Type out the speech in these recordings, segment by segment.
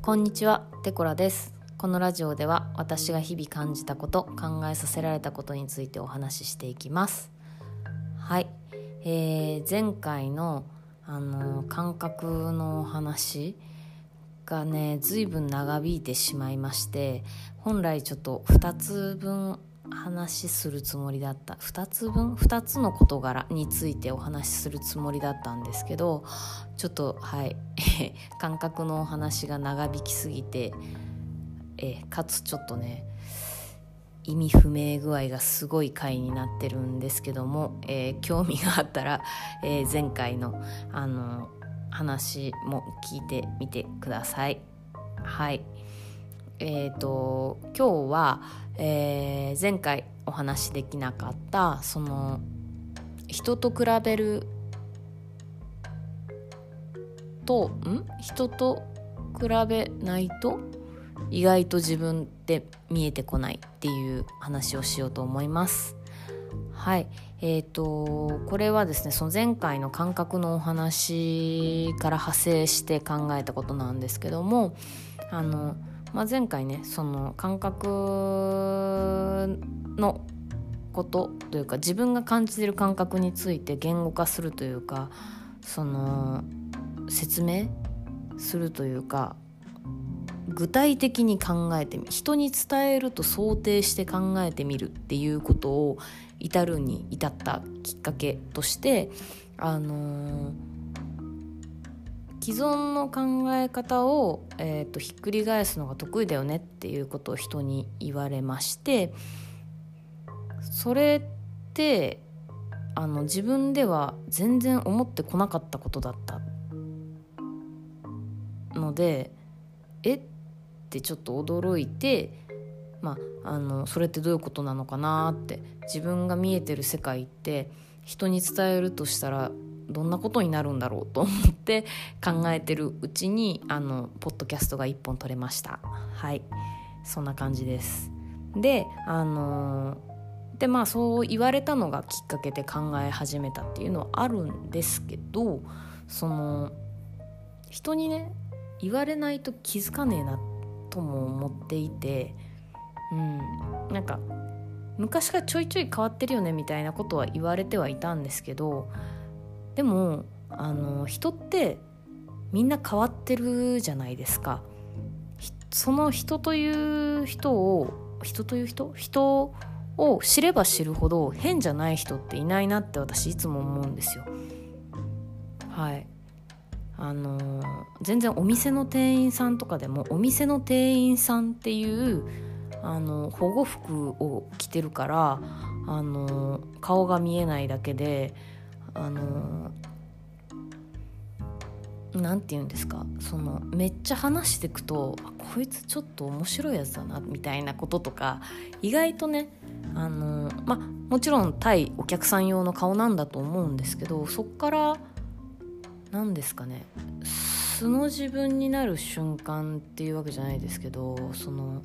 こんにちは、テコラです。このラジオでは私が日々感じたこと、考えさせられたことについてお話ししていきます。はい、前回の、感覚のお話がね、随分長引いてしまいまして、本来ちょっと2つ分話するつもりだった2つの事柄についてお話しするつもりだったんですけど、ちょっと感覚のお話が長引きすぎて、かつちょっとね意味不明具合がすごい回になってるんですけども、興味があったら、前回の話も聞いてみてください。はい。今日は、前回お話しできなかったその人と比べると人と比べないと意外と自分って見えてこないっていう話をしようと思います。はい。これはですね、その前回の感覚のお話から派生して考えたことなんですけども、前回ね、その感覚のことというか、自分が感じている感覚について言語化するというか、その説明するというか、具体的に考えてみ、人に伝えると想定して考えてみるっていうことを至ったきっかけとして、既存の考え方を、ひっくり返すのが得意だよねっていうことを人に言われまして、それって自分では全然思ってこなかったことだったので、ってちょっと驚いて、それってどういうことなのかなって、自分が見えてる世界って人に伝えるとしたらどんなことになるんだろうと思って考えてるうちにポッドキャストが1本撮れました。はい、そんな感じです。でそう言われたのがきっかけで考え始めたっていうのはあるんですけど、その人にね言われないと気づかねえなとも思っていて、なんか昔からちょいちょい変わってるよねみたいなことは言われてはいたんですけど、でも人ってみんな変わってるじゃないですか。その人を知れば知るほど変じゃない人っていないなって私いつも思うんですよ。はい。全然お店の店員さんとかでも、お店の店員さんっていう保護服を着てるから顔が見えないだけでなんて言うんですか、そのめっちゃ話していくとこいつちょっと面白いやつだなみたいなこととか意外とねもちろん対お客さん用の顔なんだと思うんですけど、そっからなんですかね、素の自分になる瞬間っていうわけじゃないですけど、その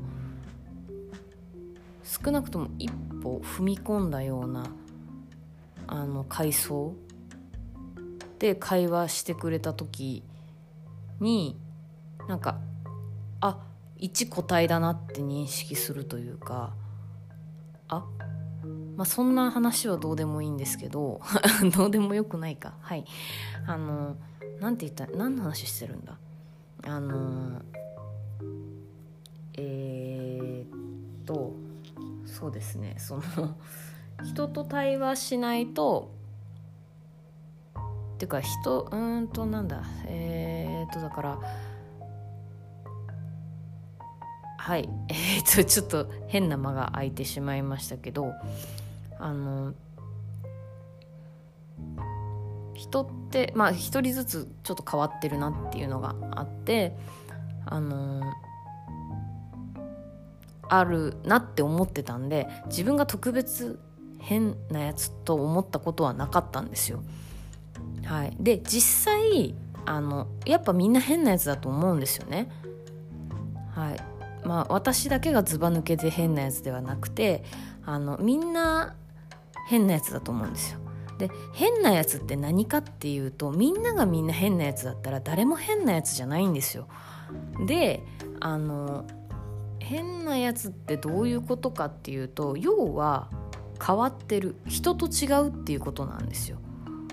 少なくとも一歩踏み込んだような階層で会話してくれた時になんか一個体だなって認識するというか、そんな話はどうでもいいんですけどどうでもよくないか。はい。何の話してるんだ。そうですね、その人と対話しないとっていうかだからはいちょっと変な間が空いてしまいましたけど、人って一人ずつちょっと変わってるなっていうのがあって、あるなって思ってたんで、自分が特別変なやつと思ったことはなかったんですよ。はい。で実際やっぱみんな変なやつだと思うんですよね。はい。私だけがズバ抜けて変なやつではなくてみんな変なやつだと思うんですよ。で変なやつって何かっていうと、みんながみんな変なやつだったら誰も変なやつじゃないんですよ。 で変なやつってどういうことかっていうと、要は変わってる、人と違うっていうことなんですよ。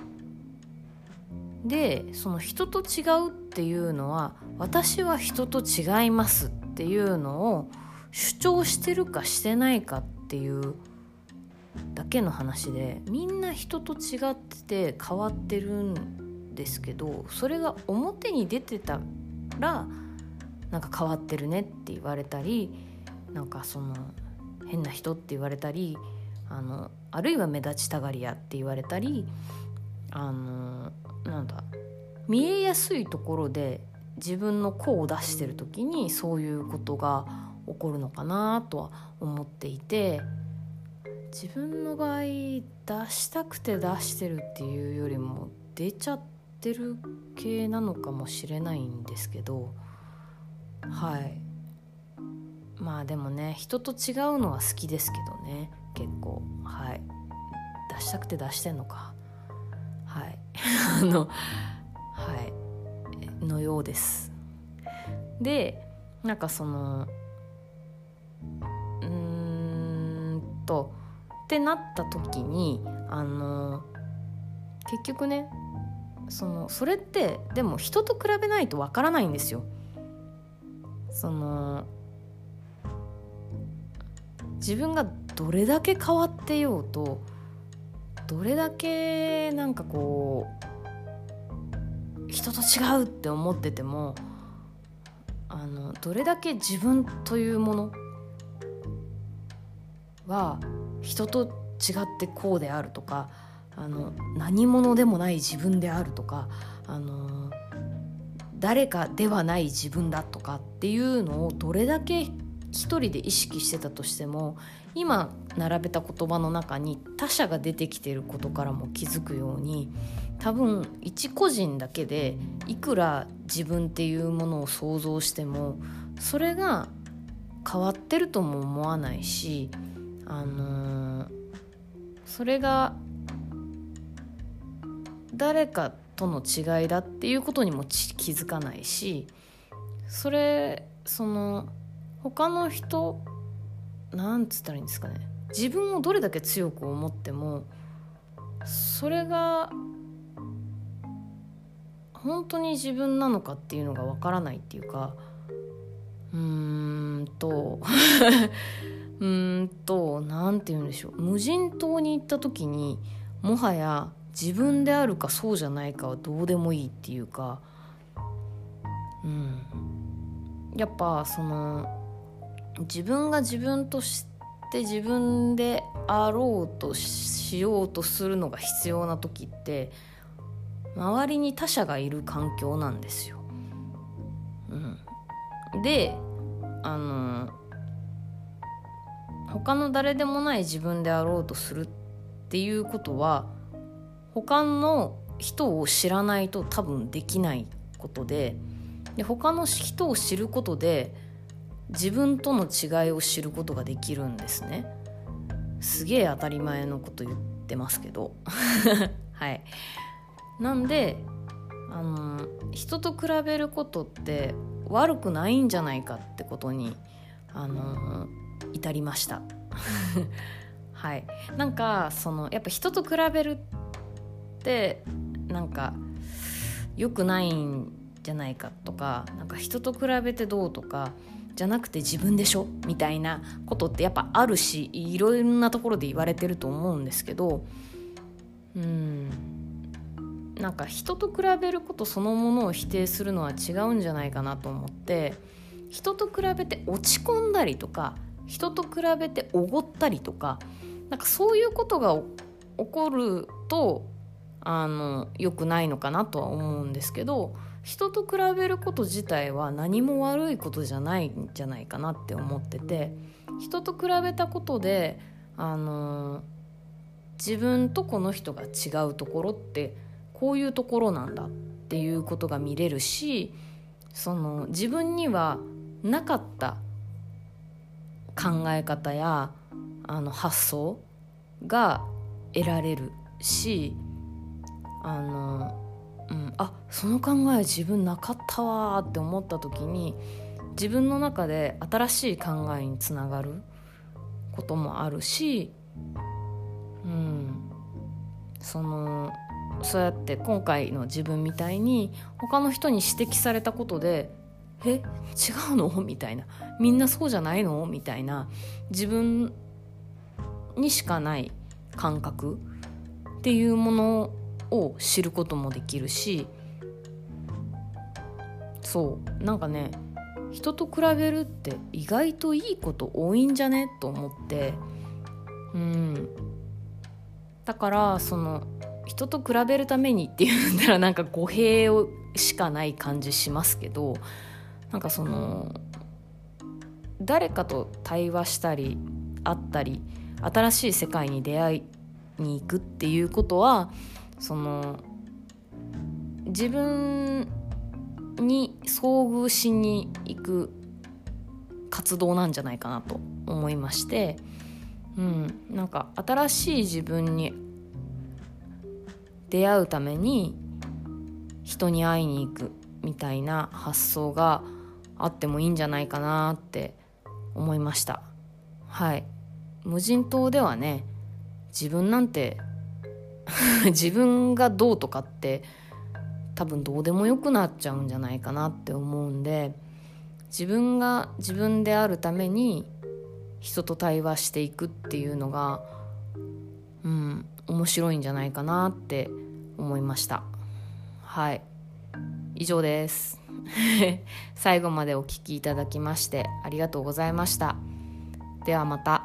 でその人と違うっていうのは、私は人と違いますっていうのを主張してるかしてないかっていうだけの話で、みんな人と違ってて変わってるんですけど、それが表に出てたらなんか変わってるねって言われたり、なんかその変な人って言われたり、あるいは目立ちたがり屋って言われたり、なんだ見えやすいところで自分の個を出してる時にそういうことが起こるのかなとは思っていて、自分の場合出したくて出してるっていうよりも出ちゃってる系なのかもしれないんですけど、はい、まあでもね、人と違うのは好きですけどね、結構、はい、出したくて出してんのか、はいはいのようです。でなんかそのってなった時に結局ね、それってでも人と比べないとわからないんですよ。自分がどれだけ変わってようと、どれだけなんかこう人と違うって思ってても、どれだけ自分というものは人と違ってこうであるとか、何者でもない自分であるとか、誰かではない自分だとかっていうのをどれだけ一人で意識してたとしても、今並べた言葉の中に他者が出てきていることからも気づくように、多分一個人だけでいくら自分っていうものを想像してもそれが変わってるとも思わないし、それが誰かとの違いだっていうことにも気づかないし、他の人なんつったらいいんですかね、自分をどれだけ強く思ってもそれが本当に自分なのかっていうのがわからないっていうか、なんて言うんでしょう、無人島に行った時にもはや自分であるかそうじゃないかはどうでもいいっていうか、やっぱ自分が自分として自分であろうとしようとするのが必要な時って周りに他者がいる環境なんですよ。で他の誰でもない自分であろうとするっていうことは他の人を知らないと多分できないことで、他の人を知ることで自分との違いを知ることができるんですね。すげえ当たり前のこと言ってますけどはい。なんで人と比べることって悪くないんじゃないかってことに至りましたはい。なんかやっぱ人と比べるってなんか良くないんじゃないかとか、なんか人と比べてどうとかじゃなくて自分でしょみたいなことってやっぱあるし、いろんなところで言われてると思うんですけど、なんか人と比べることそのものを否定するのは違うんじゃないかなと思って、人と比べて落ち込んだりとか人と比べておごったりとか、なんかそういうことが起こると良くないのかなとは思うんですけど、人と比べること自体は何も悪いことじゃないんじゃないかなって思ってて、人と比べたことで自分とこの人が違うところってこういうところなんだっていうことが見れるし、自分にはなかった考え方や発想が得られるし、 その考え自分なかったわって思った時に、自分の中で新しい考えにつながることもあるし、そうやって今回の自分みたいに他の人に指摘されたことで違うのみたいな、みんなそうじゃないのみたいな、自分にしかない感覚っていうものを知ることもできるし、なんかね、人と比べるって意外といいこと多いんじゃねと思って、だから人と比べるためにっていうんだらなんか語弊しかない感じしますけど、なんか誰かと対話したり会ったり新しい世界に出会いに行くっていうことは、自分に遭遇しに行く活動なんじゃないかなと思いまして、なんか新しい自分に出会うために人に会いに行くみたいな発想があってもいいんじゃないかなって思いました。無人島ではね、自分なんて自分がどうとかって多分どうでもよくなっちゃうんじゃないかなって思うんで、自分が自分であるために人と対話していくっていうのが面白いんじゃないかなって思いました。以上です最後までお聞きいただきましてありがとうございました。ではまた。